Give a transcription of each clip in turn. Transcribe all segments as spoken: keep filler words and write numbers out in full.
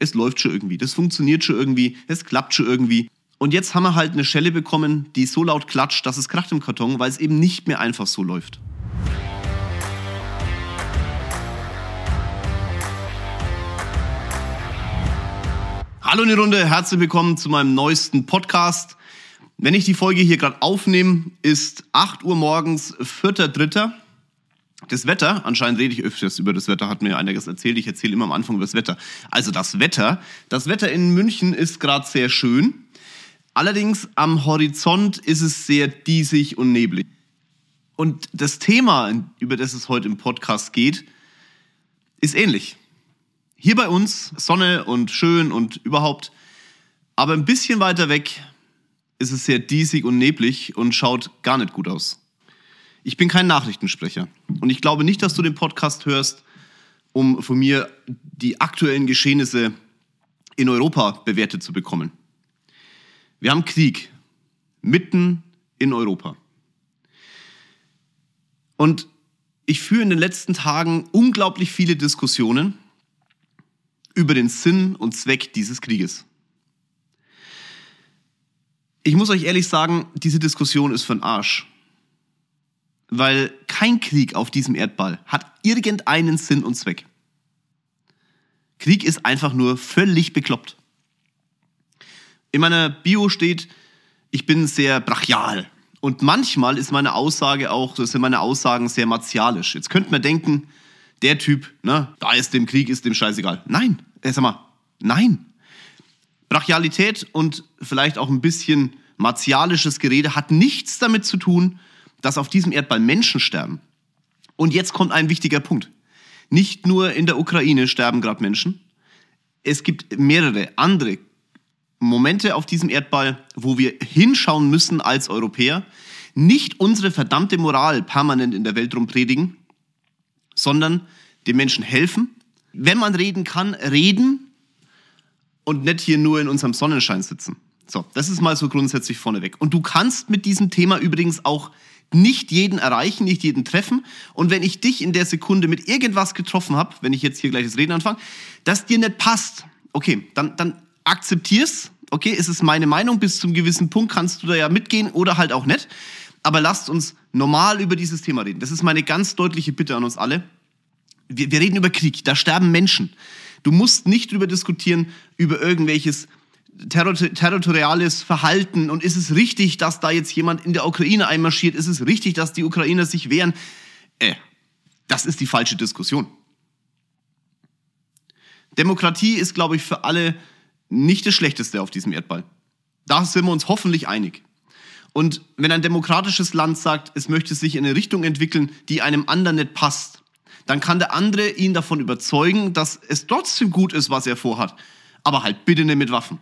es läuft schon irgendwie, das funktioniert schon irgendwie, es klappt schon irgendwie. Und jetzt haben wir halt eine Schelle bekommen, die so laut klatscht, dass es kracht im Karton, weil es eben nicht mehr einfach so läuft. Hallo in die Runde, herzlich willkommen zu meinem neuesten Podcast. Wenn ich die Folge hier gerade aufnehme, ist acht Uhr morgens, vierter dritter Das Wetter, anscheinend rede ich öfters über das Wetter, hat mir einiges erzählt. Ich erzähle immer am Anfang über das Wetter. Also das Wetter. Das Wetter in München ist gerade sehr schön. Allerdings am Horizont ist es sehr diesig und neblig. Und das Thema, über das es heute im Podcast geht, ist ähnlich. Hier bei uns Sonne und schön und überhaupt. Aber ein bisschen weiter weg ist es sehr diesig und neblig und schaut gar nicht gut aus. Ich bin kein Nachrichtensprecher und ich glaube nicht, dass du den Podcast hörst, um von mir die aktuellen Geschehnisse in Europa bewertet zu bekommen. Wir haben Krieg mitten in Europa. Und ich führe in den letzten Tagen unglaublich viele Diskussionen über den Sinn und Zweck dieses Krieges. Ich muss euch ehrlich sagen, diese Diskussion ist für den Arsch. Weil kein Krieg auf diesem Erdball hat irgendeinen Sinn und Zweck. Krieg ist einfach nur völlig bekloppt. In meiner Bio steht, ich bin sehr brachial. Und manchmal ist meine Aussage auch, so sind meine Aussagen sehr martialisch. Jetzt könnte man denken, der Typ, ne, da ist dem Krieg, ist dem scheißegal. Nein, äh, sag mal, nein. Brachialität und vielleicht auch ein bisschen martialisches Gerede hat nichts damit zu tun, dass auf diesem Erdball Menschen sterben. Und jetzt kommt ein wichtiger Punkt. Nicht nur in der Ukraine sterben gerade Menschen. Es gibt mehrere andere Momente auf diesem Erdball, wo wir hinschauen müssen als Europäer. Nicht unsere verdammte Moral permanent in der Welt rumpredigen, sondern den Menschen helfen. Wenn man reden kann, reden und nicht hier nur in unserem Sonnenschein sitzen. So, das ist mal so grundsätzlich vorneweg. Und du kannst mit diesem Thema übrigens auch nicht jeden erreichen, nicht jeden treffen. Und wenn ich dich in der Sekunde mit irgendwas getroffen habe, wenn ich jetzt hier gleich das Reden anfange, das dir nicht passt, okay, dann, dann akzeptier's. Okay, es ist meine Meinung, bis zum gewissen Punkt kannst du da ja mitgehen oder halt auch nicht. Aber lasst uns normal über dieses Thema reden. Das ist meine ganz deutliche Bitte an uns alle. Wir, wir reden über Krieg, da sterben Menschen. Du musst nicht darüber diskutieren, über irgendwelches Terror- territoriales Verhalten und ist es richtig, dass da jetzt jemand in der Ukraine einmarschiert, ist es richtig, dass die Ukrainer sich wehren? Äh, das ist die falsche Diskussion. Demokratie ist, glaube ich, für alle nicht das Schlechteste auf diesem Erdball. Da sind wir uns hoffentlich einig. Und wenn ein demokratisches Land sagt, es möchte sich in eine Richtung entwickeln, die einem anderen nicht passt, dann kann der andere ihn davon überzeugen, dass es trotzdem gut ist, was er vorhat. Aber halt bitte nicht mit Waffen.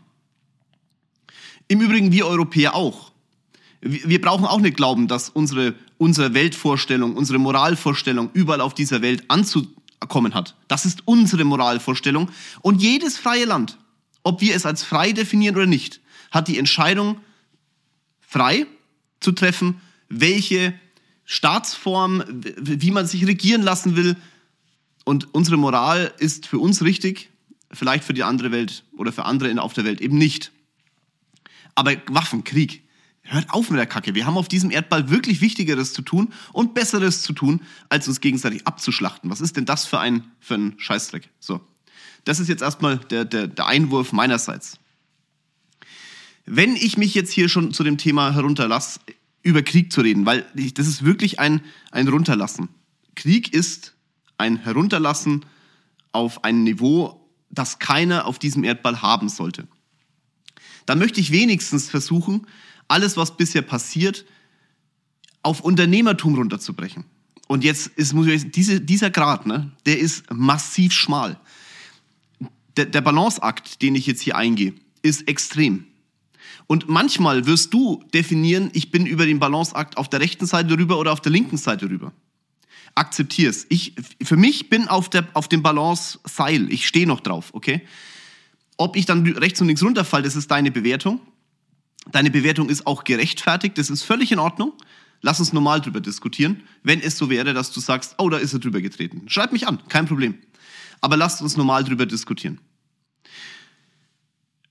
Im Übrigen wir Europäer auch. Wir brauchen auch nicht glauben, dass unsere, unsere Weltvorstellung, unsere Moralvorstellung überall auf dieser Welt anzukommen hat. Das ist unsere Moralvorstellung. Und jedes freie Land, ob wir es als frei definieren oder nicht, hat die Entscheidung frei zu treffen, welche Staatsform, wie man sich regieren lassen will. Und unsere Moral ist für uns richtig, vielleicht für die andere Welt oder für andere auf der Welt eben nicht. Aber Waffen, Krieg, hört auf mit der Kacke. Wir haben auf diesem Erdball wirklich Wichtigeres zu tun und Besseres zu tun, als uns gegenseitig abzuschlachten. Was ist denn das für ein, für ein Scheißdreck? So, das ist jetzt erstmal der, der, der Einwurf meinerseits. Wenn ich mich jetzt hier schon zu dem Thema herunterlasse, über Krieg zu reden, weil das ist wirklich ein, ein Runterlassen. Krieg ist ein Herunterlassen auf ein Niveau, das keiner auf diesem Erdball haben sollte. Dann möchte ich wenigstens versuchen, alles, was bisher passiert, auf Unternehmertum runterzubrechen. Und jetzt ist, muss ich, diese, dieser Grad, ne, der ist massiv schmal. Der, der Balanceakt, den ich jetzt hier eingehe, ist extrem. Und manchmal wirst du definieren, ich bin über den Balanceakt auf der rechten Seite rüber oder auf der linken Seite rüber. Akzeptier's. Ich, für mich bin auf, der, auf dem Balance-Seil. Ich stehe noch drauf, okay? Ob ich dann rechts und links runterfalle, das ist deine Bewertung. Deine Bewertung ist auch gerechtfertigt, das ist völlig in Ordnung. Lass uns normal drüber diskutieren, wenn es so wäre, dass du sagst, oh, da ist er drüber getreten. Schreib mich an, kein Problem. Aber lasst uns normal drüber diskutieren.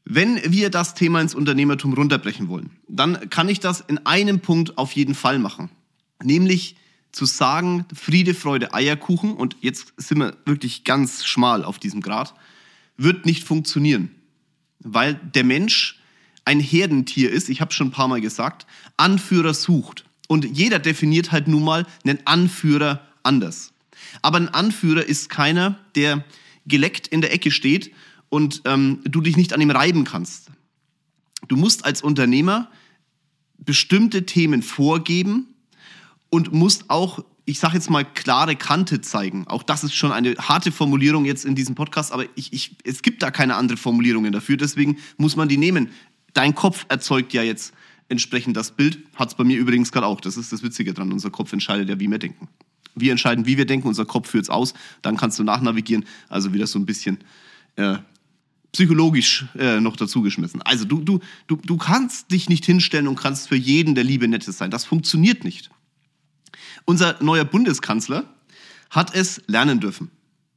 Wenn wir das Thema ins Unternehmertum runterbrechen wollen, dann kann ich das in einem Punkt auf jeden Fall machen. Nämlich zu sagen, Friede, Freude, Eierkuchen, und jetzt sind wir wirklich ganz schmal auf diesem Grad, wird nicht funktionieren. Weil der Mensch ein Herdentier ist, ich habe es schon ein paar Mal gesagt, Anführer sucht. Und jeder definiert halt nun mal einen Anführer anders. Aber ein Anführer ist keiner, der geleckt in der Ecke steht und ähm, du dich nicht an ihm reiben kannst. Du musst als Unternehmer bestimmte Themen vorgeben und musst auch, ich sage jetzt mal, klare Kante zeigen. Auch das ist schon eine harte Formulierung jetzt in diesem Podcast, aber ich, ich, es gibt da keine andere Formulierungen dafür, deswegen muss man die nehmen. Dein Kopf erzeugt ja jetzt entsprechend das Bild, hat es bei mir übrigens gerade auch. Das ist das Witzige dran, unser Kopf entscheidet ja, wie wir denken. Wir entscheiden, wie wir denken, unser Kopf führt es aus, dann kannst du nachnavigieren, also wieder so ein bisschen äh, psychologisch äh, noch dazugeschmissen. Also du, du, du, du kannst dich nicht hinstellen und kannst für jeden der Liebe Nettes sein. Das funktioniert nicht. Unser neuer Bundeskanzler hat es lernen dürfen.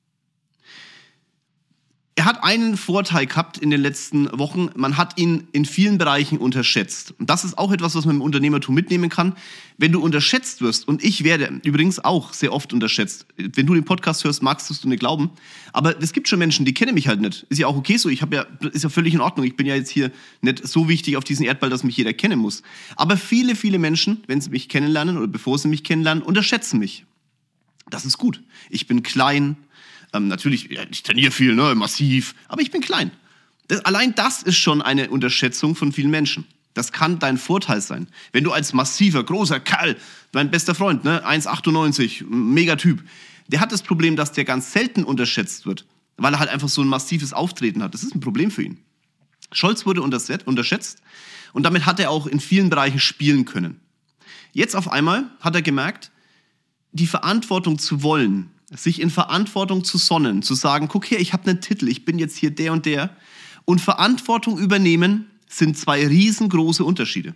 Er hat einen Vorteil gehabt in den letzten Wochen. Man hat ihn in vielen Bereichen unterschätzt. Und das ist auch etwas, was man im Unternehmertum mitnehmen kann. Wenn du unterschätzt wirst, und ich werde übrigens auch sehr oft unterschätzt. Wenn du den Podcast hörst, magst du es nicht glauben. Aber es gibt schon Menschen, die kennen mich halt nicht. Ist ja auch okay so. Ich habe ja, ist ja völlig in Ordnung. Ich bin ja jetzt hier nicht so wichtig auf diesem Erdball, dass mich jeder kennen muss. Aber viele, viele Menschen, wenn sie mich kennenlernen oder bevor sie mich kennenlernen, unterschätzen mich. Das ist gut. Ich bin klein. Ähm, natürlich, ja, ich trainiere viel, ne, massiv, aber ich bin klein. Das, allein das ist schon eine Unterschätzung von vielen Menschen. Das kann dein Vorteil sein. Wenn du als massiver, großer Kerl, mein bester Freund, ne, eins Komma achtundneunzig, Megatyp, der hat das Problem, dass der ganz selten unterschätzt wird, weil er halt einfach so ein massives Auftreten hat. Das ist ein Problem für ihn. Scholz wurde unterschätzt und damit hat er auch in vielen Bereichen spielen können. Jetzt auf einmal hat er gemerkt, die Verantwortung zu wollen, sich in Verantwortung zu sonnen, zu sagen, guck her, ich habe einen Titel, ich bin jetzt hier der und der. Und Verantwortung übernehmen sind zwei riesengroße Unterschiede.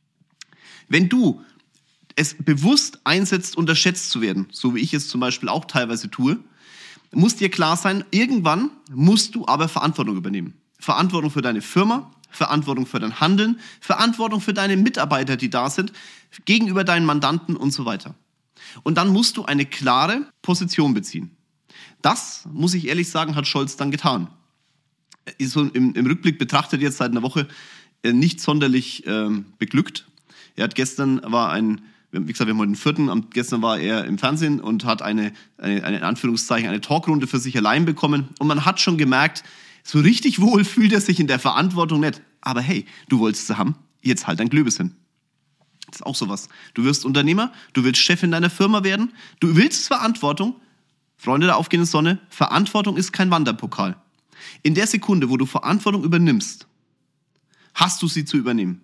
Wenn du es bewusst einsetzt, unterschätzt zu werden, so wie ich es zum Beispiel auch teilweise tue, muss dir klar sein, irgendwann musst du aber Verantwortung übernehmen. Verantwortung für deine Firma, Verantwortung für dein Handeln, Verantwortung für deine Mitarbeiter, die da sind, gegenüber deinen Mandanten und so weiter. Und dann musst du eine klare Position beziehen. Das, muss ich ehrlich sagen, hat Scholz dann getan. Ist so im, im Rückblick betrachtet jetzt seit einer Woche nicht sonderlich ähm, beglückt. Er hat gestern, war ein, wie gesagt, wir haben heute den vierten, gestern war er im Fernsehen und hat eine, eine, eine in Anführungszeichen, eine Talkrunde für sich allein bekommen. Und man hat schon gemerkt, so richtig wohl fühlt er sich in der Verantwortung nicht. Aber hey, du wolltest sie haben, jetzt halt dein Glöbis hin. Das ist auch sowas. Du wirst Unternehmer, du willst Chef in deiner Firma werden, du willst Verantwortung. Freunde der aufgehenden Sonne, Verantwortung ist kein Wanderpokal. In der Sekunde, wo du Verantwortung übernimmst, hast du sie zu übernehmen.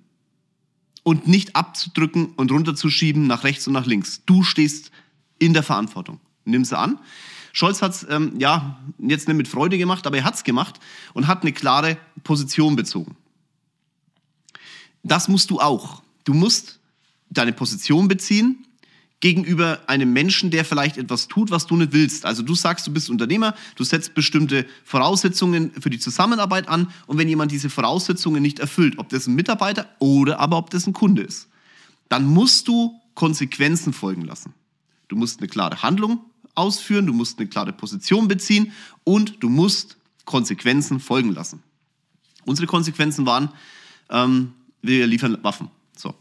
Und nicht abzudrücken und runterzuschieben nach rechts und nach links. Du stehst in der Verantwortung. Nimm sie an. Scholz hat es ähm, ja, jetzt nicht mit Freude gemacht, aber er hat es gemacht und hat eine klare Position bezogen. Das musst du auch. Du musst deine Position beziehen gegenüber einem Menschen, der vielleicht etwas tut, was du nicht willst. Also du sagst, du bist Unternehmer, du setzt bestimmte Voraussetzungen für die Zusammenarbeit an und wenn jemand diese Voraussetzungen nicht erfüllt, ob das ein Mitarbeiter oder aber ob das ein Kunde ist, dann musst du Konsequenzen folgen lassen. Du musst eine klare Handlung ausführen, du musst eine klare Position beziehen und du musst Konsequenzen folgen lassen. Unsere Konsequenzen waren, ähm, wir liefern Waffen. So.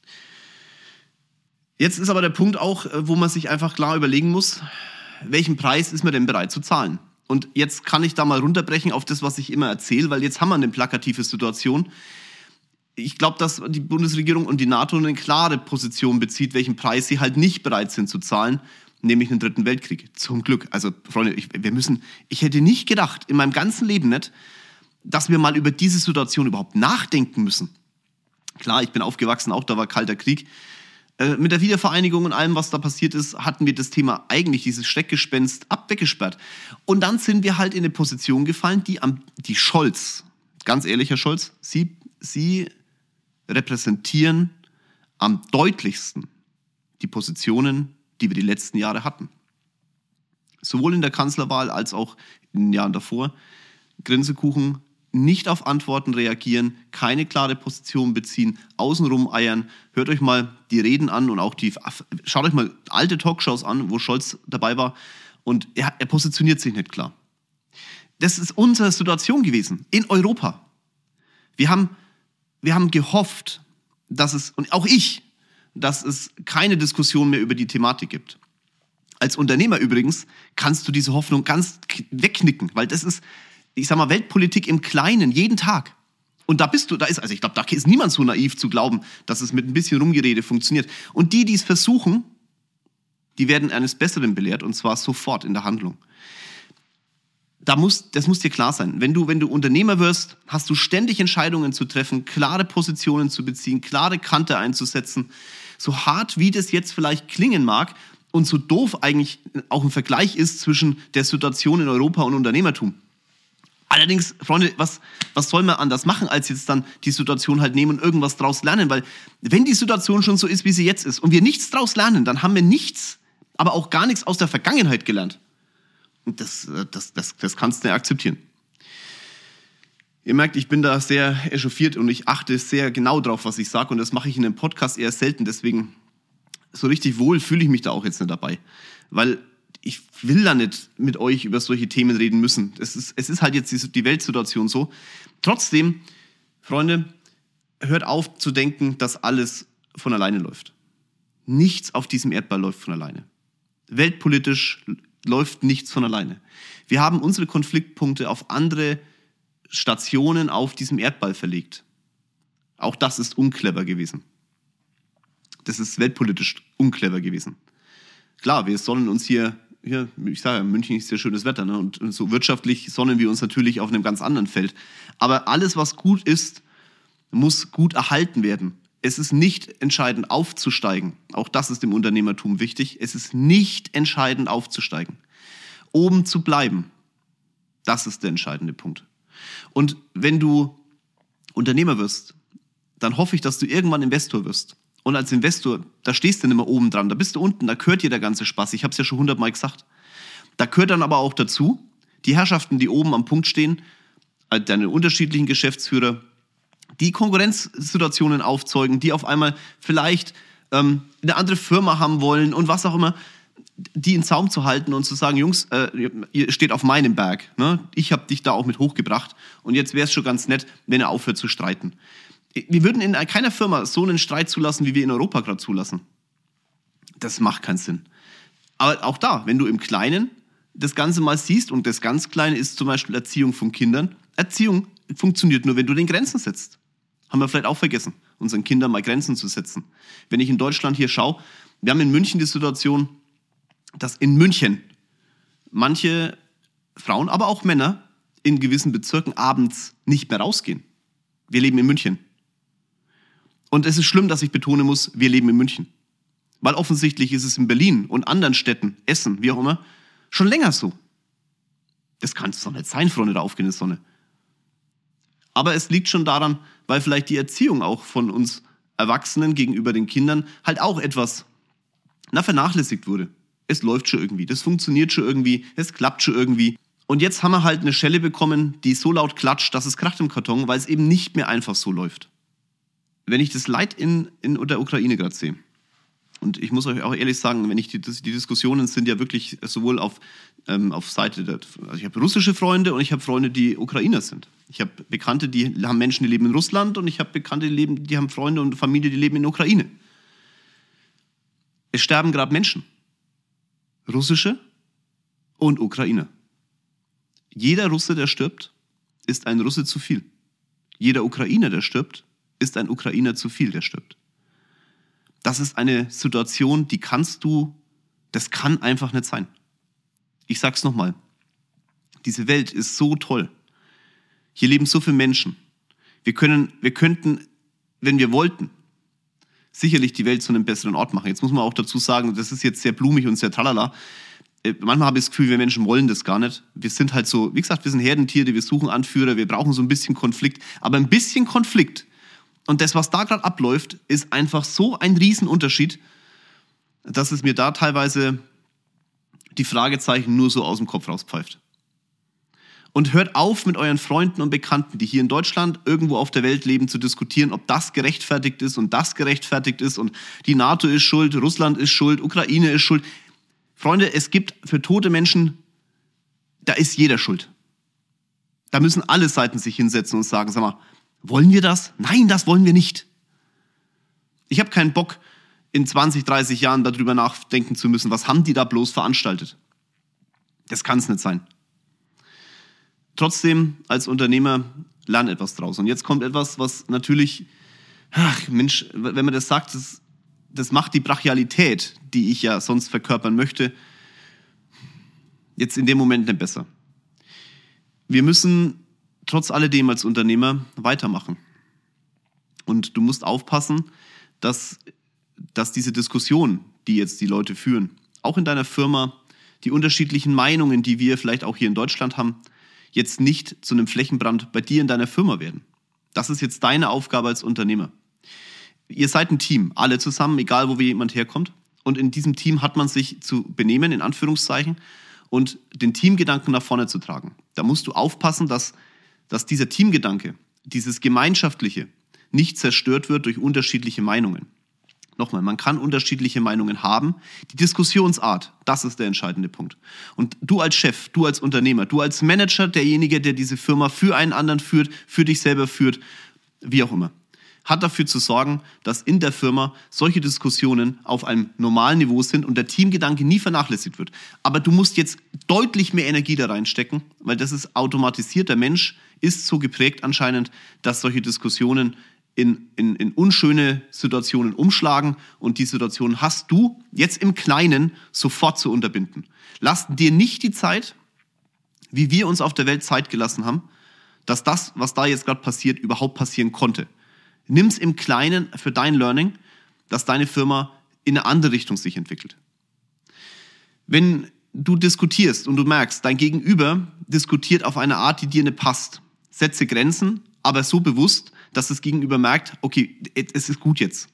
Jetzt ist aber der Punkt auch, wo man sich einfach klar überlegen muss, welchen Preis ist man denn bereit zu zahlen? Und jetzt kann ich da mal runterbrechen auf das, was ich immer erzähle, weil jetzt haben wir eine plakative Situation. Ich glaube, dass die Bundesregierung und die NATO eine klare Position bezieht, welchen Preis sie halt nicht bereit sind zu zahlen, nämlich einen dritten Weltkrieg. Zum Glück. Also Freunde, ich, wir müssen, ich hätte nicht gedacht, in meinem ganzen Leben nicht, dass wir mal über diese Situation überhaupt nachdenken müssen. Klar, ich bin aufgewachsen, auch da war Kalter Krieg. Mit der Wiedervereinigung und allem, was da passiert ist, hatten wir das Thema eigentlich, dieses Schreckgespenst, ab weggesperrt. Und dann sind wir halt in eine Position gefallen, die, am, die Scholz, ganz ehrlich, Herr Scholz, Sie, Sie repräsentieren am deutlichsten die Positionen, die wir die letzten Jahre hatten. Sowohl in der Kanzlerwahl als auch in den Jahren davor. Grinsekuchen, nicht auf Antworten reagieren, keine klare Position beziehen, außenrum eiern. Hört euch mal die Reden an und auch die, schaut euch mal alte Talkshows an, wo Scholz dabei war und er, er positioniert sich nicht klar. Das ist unsere Situation gewesen in Europa. Wir haben, wir haben gehofft, dass es, und auch ich, dass es keine Diskussion mehr über die Thematik gibt. Als Unternehmer übrigens kannst du diese Hoffnung ganz wegknicken, weil das ist, ich sag mal, Weltpolitik im Kleinen, jeden Tag. Und da bist du, da ist, also ich glaube, da ist niemand so naiv zu glauben, dass es mit ein bisschen Rumgerede funktioniert. Und die, die es versuchen, die werden eines Besseren belehrt, und zwar sofort in der Handlung. Da muss, das muss dir klar sein. Wenn du, wenn du Unternehmer wirst, hast du ständig Entscheidungen zu treffen, klare Positionen zu beziehen, klare Kante einzusetzen. So hart, wie das jetzt vielleicht klingen mag und so doof eigentlich auch ein Vergleich ist zwischen der Situation in Europa und Unternehmertum. Allerdings, Freunde, was, was soll man anders machen, als jetzt dann die Situation halt nehmen und irgendwas draus lernen? Weil wenn die Situation schon so ist, wie sie jetzt ist und wir nichts draus lernen, dann haben wir nichts, aber auch gar nichts aus der Vergangenheit gelernt. Und das, das, das, das kannst du nicht akzeptieren. Ihr merkt, ich bin da sehr echauffiert und ich achte sehr genau drauf, was ich sage. Und das mache ich in einem Podcast eher selten. Deswegen so richtig wohl fühle ich mich da auch jetzt nicht dabei. Weil ich will da nicht mit euch über solche Themen reden müssen. Es ist, es ist halt jetzt die, die Weltsituation so. Trotzdem, Freunde, hört auf zu denken, dass alles von alleine läuft. Nichts auf diesem Erdball läuft von alleine. Weltpolitisch läuft nichts von alleine. Wir haben unsere Konfliktpunkte auf andere Stationen auf diesem Erdball verlegt. Auch das ist unclever gewesen. Das ist weltpolitisch unclever gewesen. Klar, wir sonnen uns hier, hier ich sage ja, München ist sehr schönes Wetter, ne? und, und so wirtschaftlich sonnen wir uns natürlich auf einem ganz anderen Feld. Aber alles, was gut ist, muss gut erhalten werden. Es ist nicht entscheidend aufzusteigen. Auch das ist im Unternehmertum wichtig. Es ist nicht entscheidend aufzusteigen. Oben zu bleiben, das ist der entscheidende Punkt. Und wenn du Unternehmer wirst, dann hoffe ich, dass du irgendwann Investor wirst. Und als Investor, da stehst du nicht mehr oben dran, da bist du unten, da gehört dir der ganze Spaß. Ich habe es ja schon hundertmal gesagt. Da gehört dann aber auch dazu, die Herrschaften, die oben am Punkt stehen, deine unterschiedlichen Geschäftsführer, die Konkurrenzsituationen aufzeugen, die auf einmal vielleicht ähm, eine andere Firma haben wollen und was auch immer, die in Zaum zu halten und zu sagen, Jungs, äh, ihr steht auf meinem Berg, ne? Ich habe dich da auch mit hochgebracht und jetzt wäre es schon ganz nett, wenn ihr aufhört zu streiten. Wir würden in keiner Firma so einen Streit zulassen, wie wir in Europa gerade zulassen. Das macht keinen Sinn. Aber auch da, wenn du im Kleinen das Ganze mal siehst, und das ganz Kleine ist zum Beispiel Erziehung von Kindern. Erziehung funktioniert nur, wenn du den Grenzen setzt. Haben wir vielleicht auch vergessen, unseren Kindern mal Grenzen zu setzen. Wenn ich in Deutschland hier schaue, wir haben in München die Situation, dass in München manche Frauen, aber auch Männer in gewissen Bezirken abends nicht mehr rausgehen. Wir leben in München. Und es ist schlimm, dass ich betonen muss, wir leben in München. Weil offensichtlich ist es in Berlin und anderen Städten, Essen, wie auch immer, schon länger so. Das kann es doch nicht sein, Freunde der aufgehenden Sonne. Aber es liegt schon daran, weil vielleicht die Erziehung auch von uns Erwachsenen gegenüber den Kindern halt auch etwas, na, vernachlässigt wurde. Es läuft schon irgendwie, das funktioniert schon irgendwie, es klappt schon irgendwie. Und jetzt haben wir halt eine Schelle bekommen, die so laut klatscht, dass es kracht im Karton, weil es eben nicht mehr einfach so läuft. Wenn ich das Leid in, in der Ukraine gerade sehe, und ich muss euch auch ehrlich sagen, wenn ich die, die Diskussionen sind ja wirklich sowohl auf, ähm, auf Seite der, also ich habe russische Freunde und ich habe Freunde, die Ukrainer sind. Ich habe Bekannte, die haben Menschen, die leben in Russland, und ich habe Bekannte, die leben, die haben Freunde und Familie, die leben in der Ukraine. Es sterben gerade Menschen. Russische und Ukrainer. Jeder Russe, der stirbt, ist ein Russe zu viel. Jeder Ukrainer, der stirbt, ist ein Ukrainer zu viel, der stirbt. Das ist eine Situation, die kannst du, das kann einfach nicht sein. Ich sag's nochmal, diese Welt ist so toll. Hier leben so viele Menschen. Wir können, wir könnten, wenn wir wollten, sicherlich die Welt zu einem besseren Ort machen. Jetzt muss man auch dazu sagen, das ist jetzt sehr blumig und sehr tralala. Manchmal habe ich das Gefühl, wir Menschen wollen das gar nicht. Wir sind halt so, wie gesagt, wir sind Herdentiere, wir suchen Anführer, wir brauchen so ein bisschen Konflikt. Aber ein bisschen Konflikt und das, was da gerade abläuft, ist einfach so ein Riesenunterschied, dass es mir da teilweise die Fragezeichen nur so aus dem Kopf rauspfeift. Und hört auf, mit euren Freunden und Bekannten, die hier in Deutschland irgendwo auf der Welt leben, zu diskutieren, ob das gerechtfertigt ist und das gerechtfertigt ist und die NATO ist schuld, Russland ist schuld, Ukraine ist schuld. Freunde, es gibt für tote Menschen, da ist jeder schuld. Da müssen alle Seiten sich hinsetzen und sagen, sag mal, wollen wir das? Nein, das wollen wir nicht. Ich habe keinen Bock, in zwanzig, dreißig Jahren darüber nachdenken zu müssen, was haben die da bloß veranstaltet. Das kann es nicht sein. Trotzdem, als Unternehmer, lern etwas draus. Und jetzt kommt etwas, was natürlich, ach Mensch, wenn man das sagt, das, das macht die Brachialität, die ich ja sonst verkörpern möchte, jetzt in dem Moment nicht besser. Wir müssen trotz alledem als Unternehmer weitermachen. Und du musst aufpassen, dass, dass diese Diskussion, die jetzt die Leute führen, auch in deiner Firma, die unterschiedlichen Meinungen, die wir vielleicht auch hier in Deutschland haben, jetzt nicht zu einem Flächenbrand bei dir in deiner Firma werden. Das ist jetzt deine Aufgabe als Unternehmer. Ihr seid ein Team, alle zusammen, egal wo jemand herkommt. Und in diesem Team hat man sich zu benehmen, in Anführungszeichen, und den Teamgedanken nach vorne zu tragen. Da musst du aufpassen, dass, dass dieser Teamgedanke, dieses Gemeinschaftliche, nicht zerstört wird durch unterschiedliche Meinungen. Nochmal, man kann unterschiedliche Meinungen haben. Die Diskussionsart, das ist der entscheidende Punkt. Und du als Chef, du als Unternehmer, du als Manager, derjenige, der diese Firma für einen anderen führt, für dich selber führt, wie auch immer, hat dafür zu sorgen, dass in der Firma solche Diskussionen auf einem normalen Niveau sind und der Teamgedanke nie vernachlässigt wird. Aber du musst jetzt deutlich mehr Energie da reinstecken, weil das ist automatisiert. Der Mensch ist so geprägt anscheinend, dass solche Diskussionen In, in, in unschöne Situationen umschlagen und die Situation hast du jetzt im Kleinen sofort zu unterbinden. Lass dir nicht die Zeit, wie wir uns auf der Welt Zeit gelassen haben, dass das, was da jetzt gerade passiert, überhaupt passieren konnte. Nimm's im Kleinen für dein Learning, dass deine Firma in eine andere Richtung sich entwickelt. Wenn du diskutierst und du merkst, dein Gegenüber diskutiert auf eine Art, die dir nicht passt, setze Grenzen, aber so bewusst, dass das Gegenüber merkt, okay, es ist gut jetzt.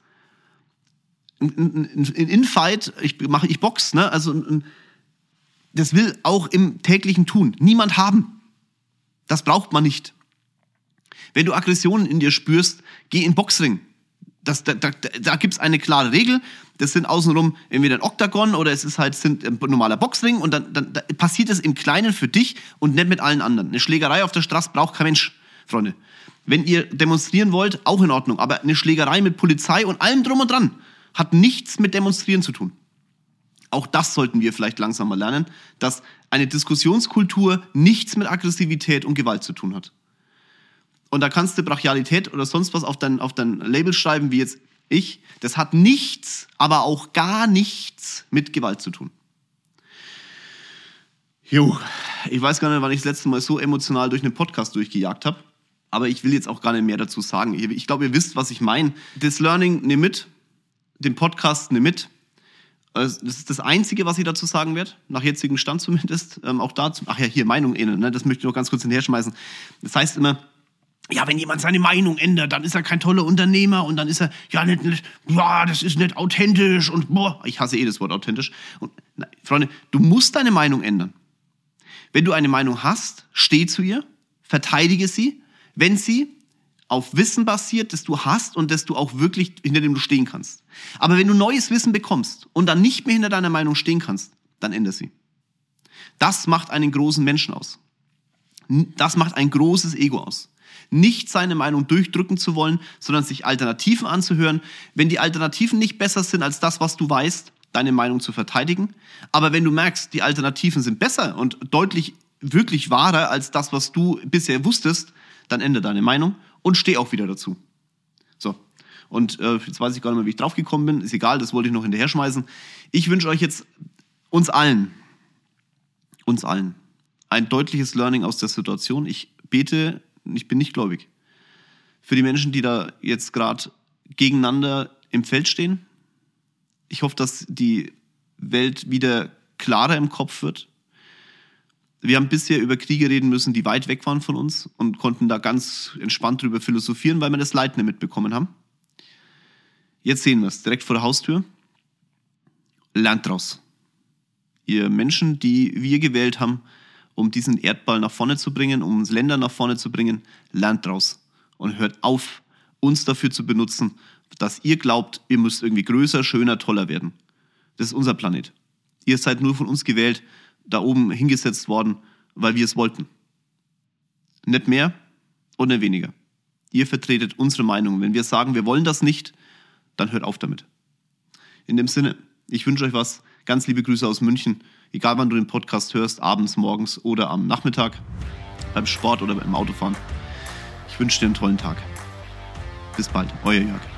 Ein Infight, ich mache, ich box, ne? Also das will auch im täglichen Tun niemand haben. Das braucht man nicht. Wenn du Aggressionen in dir spürst, geh in den Boxring. Das, da da, da gibt es eine klare Regel. Das sind außenrum entweder ein Oktagon oder es ist halt sind ein normaler Boxring und dann, dann da passiert es im Kleinen für dich und nicht mit allen anderen. Eine Schlägerei auf der Straße braucht kein Mensch, Freunde. Wenn ihr demonstrieren wollt, auch in Ordnung. Aber eine Schlägerei mit Polizei und allem drum und dran hat nichts mit Demonstrieren zu tun. Auch das sollten wir vielleicht langsam mal lernen, dass eine Diskussionskultur nichts mit Aggressivität und Gewalt zu tun hat. Und da kannst du Brachialität oder sonst was auf dein, auf dein Label schreiben, wie jetzt ich. Das hat nichts, aber auch gar nichts mit Gewalt zu tun. Jo, ich weiß gar nicht, wann ich das letzte Mal so emotional durch einen Podcast durchgejagt habe. Aber ich will jetzt auch gar nicht mehr dazu sagen. Ich glaube, ihr wisst, was ich meine. Das Learning nimm mit, den Podcast nimm mit. Das ist das Einzige, was ich dazu sagen werde, nach jetzigem Stand zumindest. Ähm, auch dazu, ach ja, hier, Meinung ändern, ne? Das möchte ich noch ganz kurz hinterher schmeißen. Das heißt immer, ja, wenn jemand seine Meinung ändert, dann ist er kein toller Unternehmer und dann ist er, ja, nicht, nicht boah, das ist nicht authentisch und boah, ich hasse eh das Wort authentisch. Und, na, Freunde, du musst deine Meinung ändern. Wenn du eine Meinung hast, steh zu ihr, verteidige sie, wenn sie auf Wissen basiert, das du hast und das du auch wirklich, hinter dem du stehen kannst. Aber wenn du neues Wissen bekommst und dann nicht mehr hinter deiner Meinung stehen kannst, dann ändere sie. Das macht einen großen Menschen aus. Das macht ein großes Ego aus. Nicht seine Meinung durchdrücken zu wollen, sondern sich Alternativen anzuhören. Wenn die Alternativen nicht besser sind als das, was du weißt, deine Meinung zu verteidigen. Aber wenn du merkst, die Alternativen sind besser und deutlich wirklich wahrer als das, was du bisher wusstest, dann ändere deine Meinung und steh auch wieder dazu. So, und äh, jetzt weiß ich gar nicht mehr, wie ich drauf gekommen bin. Ist egal, das wollte ich noch hinterher schmeißen. Ich wünsche euch jetzt, uns allen, uns allen, ein deutliches Learning aus der Situation. Ich bete, ich bin nicht gläubig, für die Menschen, die da jetzt gerade gegeneinander im Feld stehen. Ich hoffe, dass die Welt wieder klarer im Kopf wird. Wir haben bisher über Kriege reden müssen, die weit weg waren von uns und konnten da ganz entspannt drüber philosophieren, weil wir das Leid nicht mitbekommen haben. Jetzt sehen wir es, direkt vor der Haustür. Lernt draus. Ihr Menschen, die wir gewählt haben um diesen Erdball nach vorne zu bringen, um uns Länder nach vorne zu bringen. Lernt draus und hört auf, uns dafür zu benutzen, dass ihr glaubt, ihr müsst irgendwie größer, schöner, toller werden. Das ist unser Planet. Ihr seid nur von uns gewählt, da oben hingesetzt worden, weil wir es wollten. Nicht mehr und nicht weniger. Ihr vertretet unsere Meinung. Wenn wir sagen, wir wollen das nicht, dann hört auf damit. In dem Sinne, ich wünsche euch was. Ganz liebe Grüße aus München. Egal wann du den Podcast hörst, abends, morgens oder am Nachmittag, beim Sport oder beim Autofahren. Ich wünsche dir einen tollen Tag. Bis bald, euer Jörg.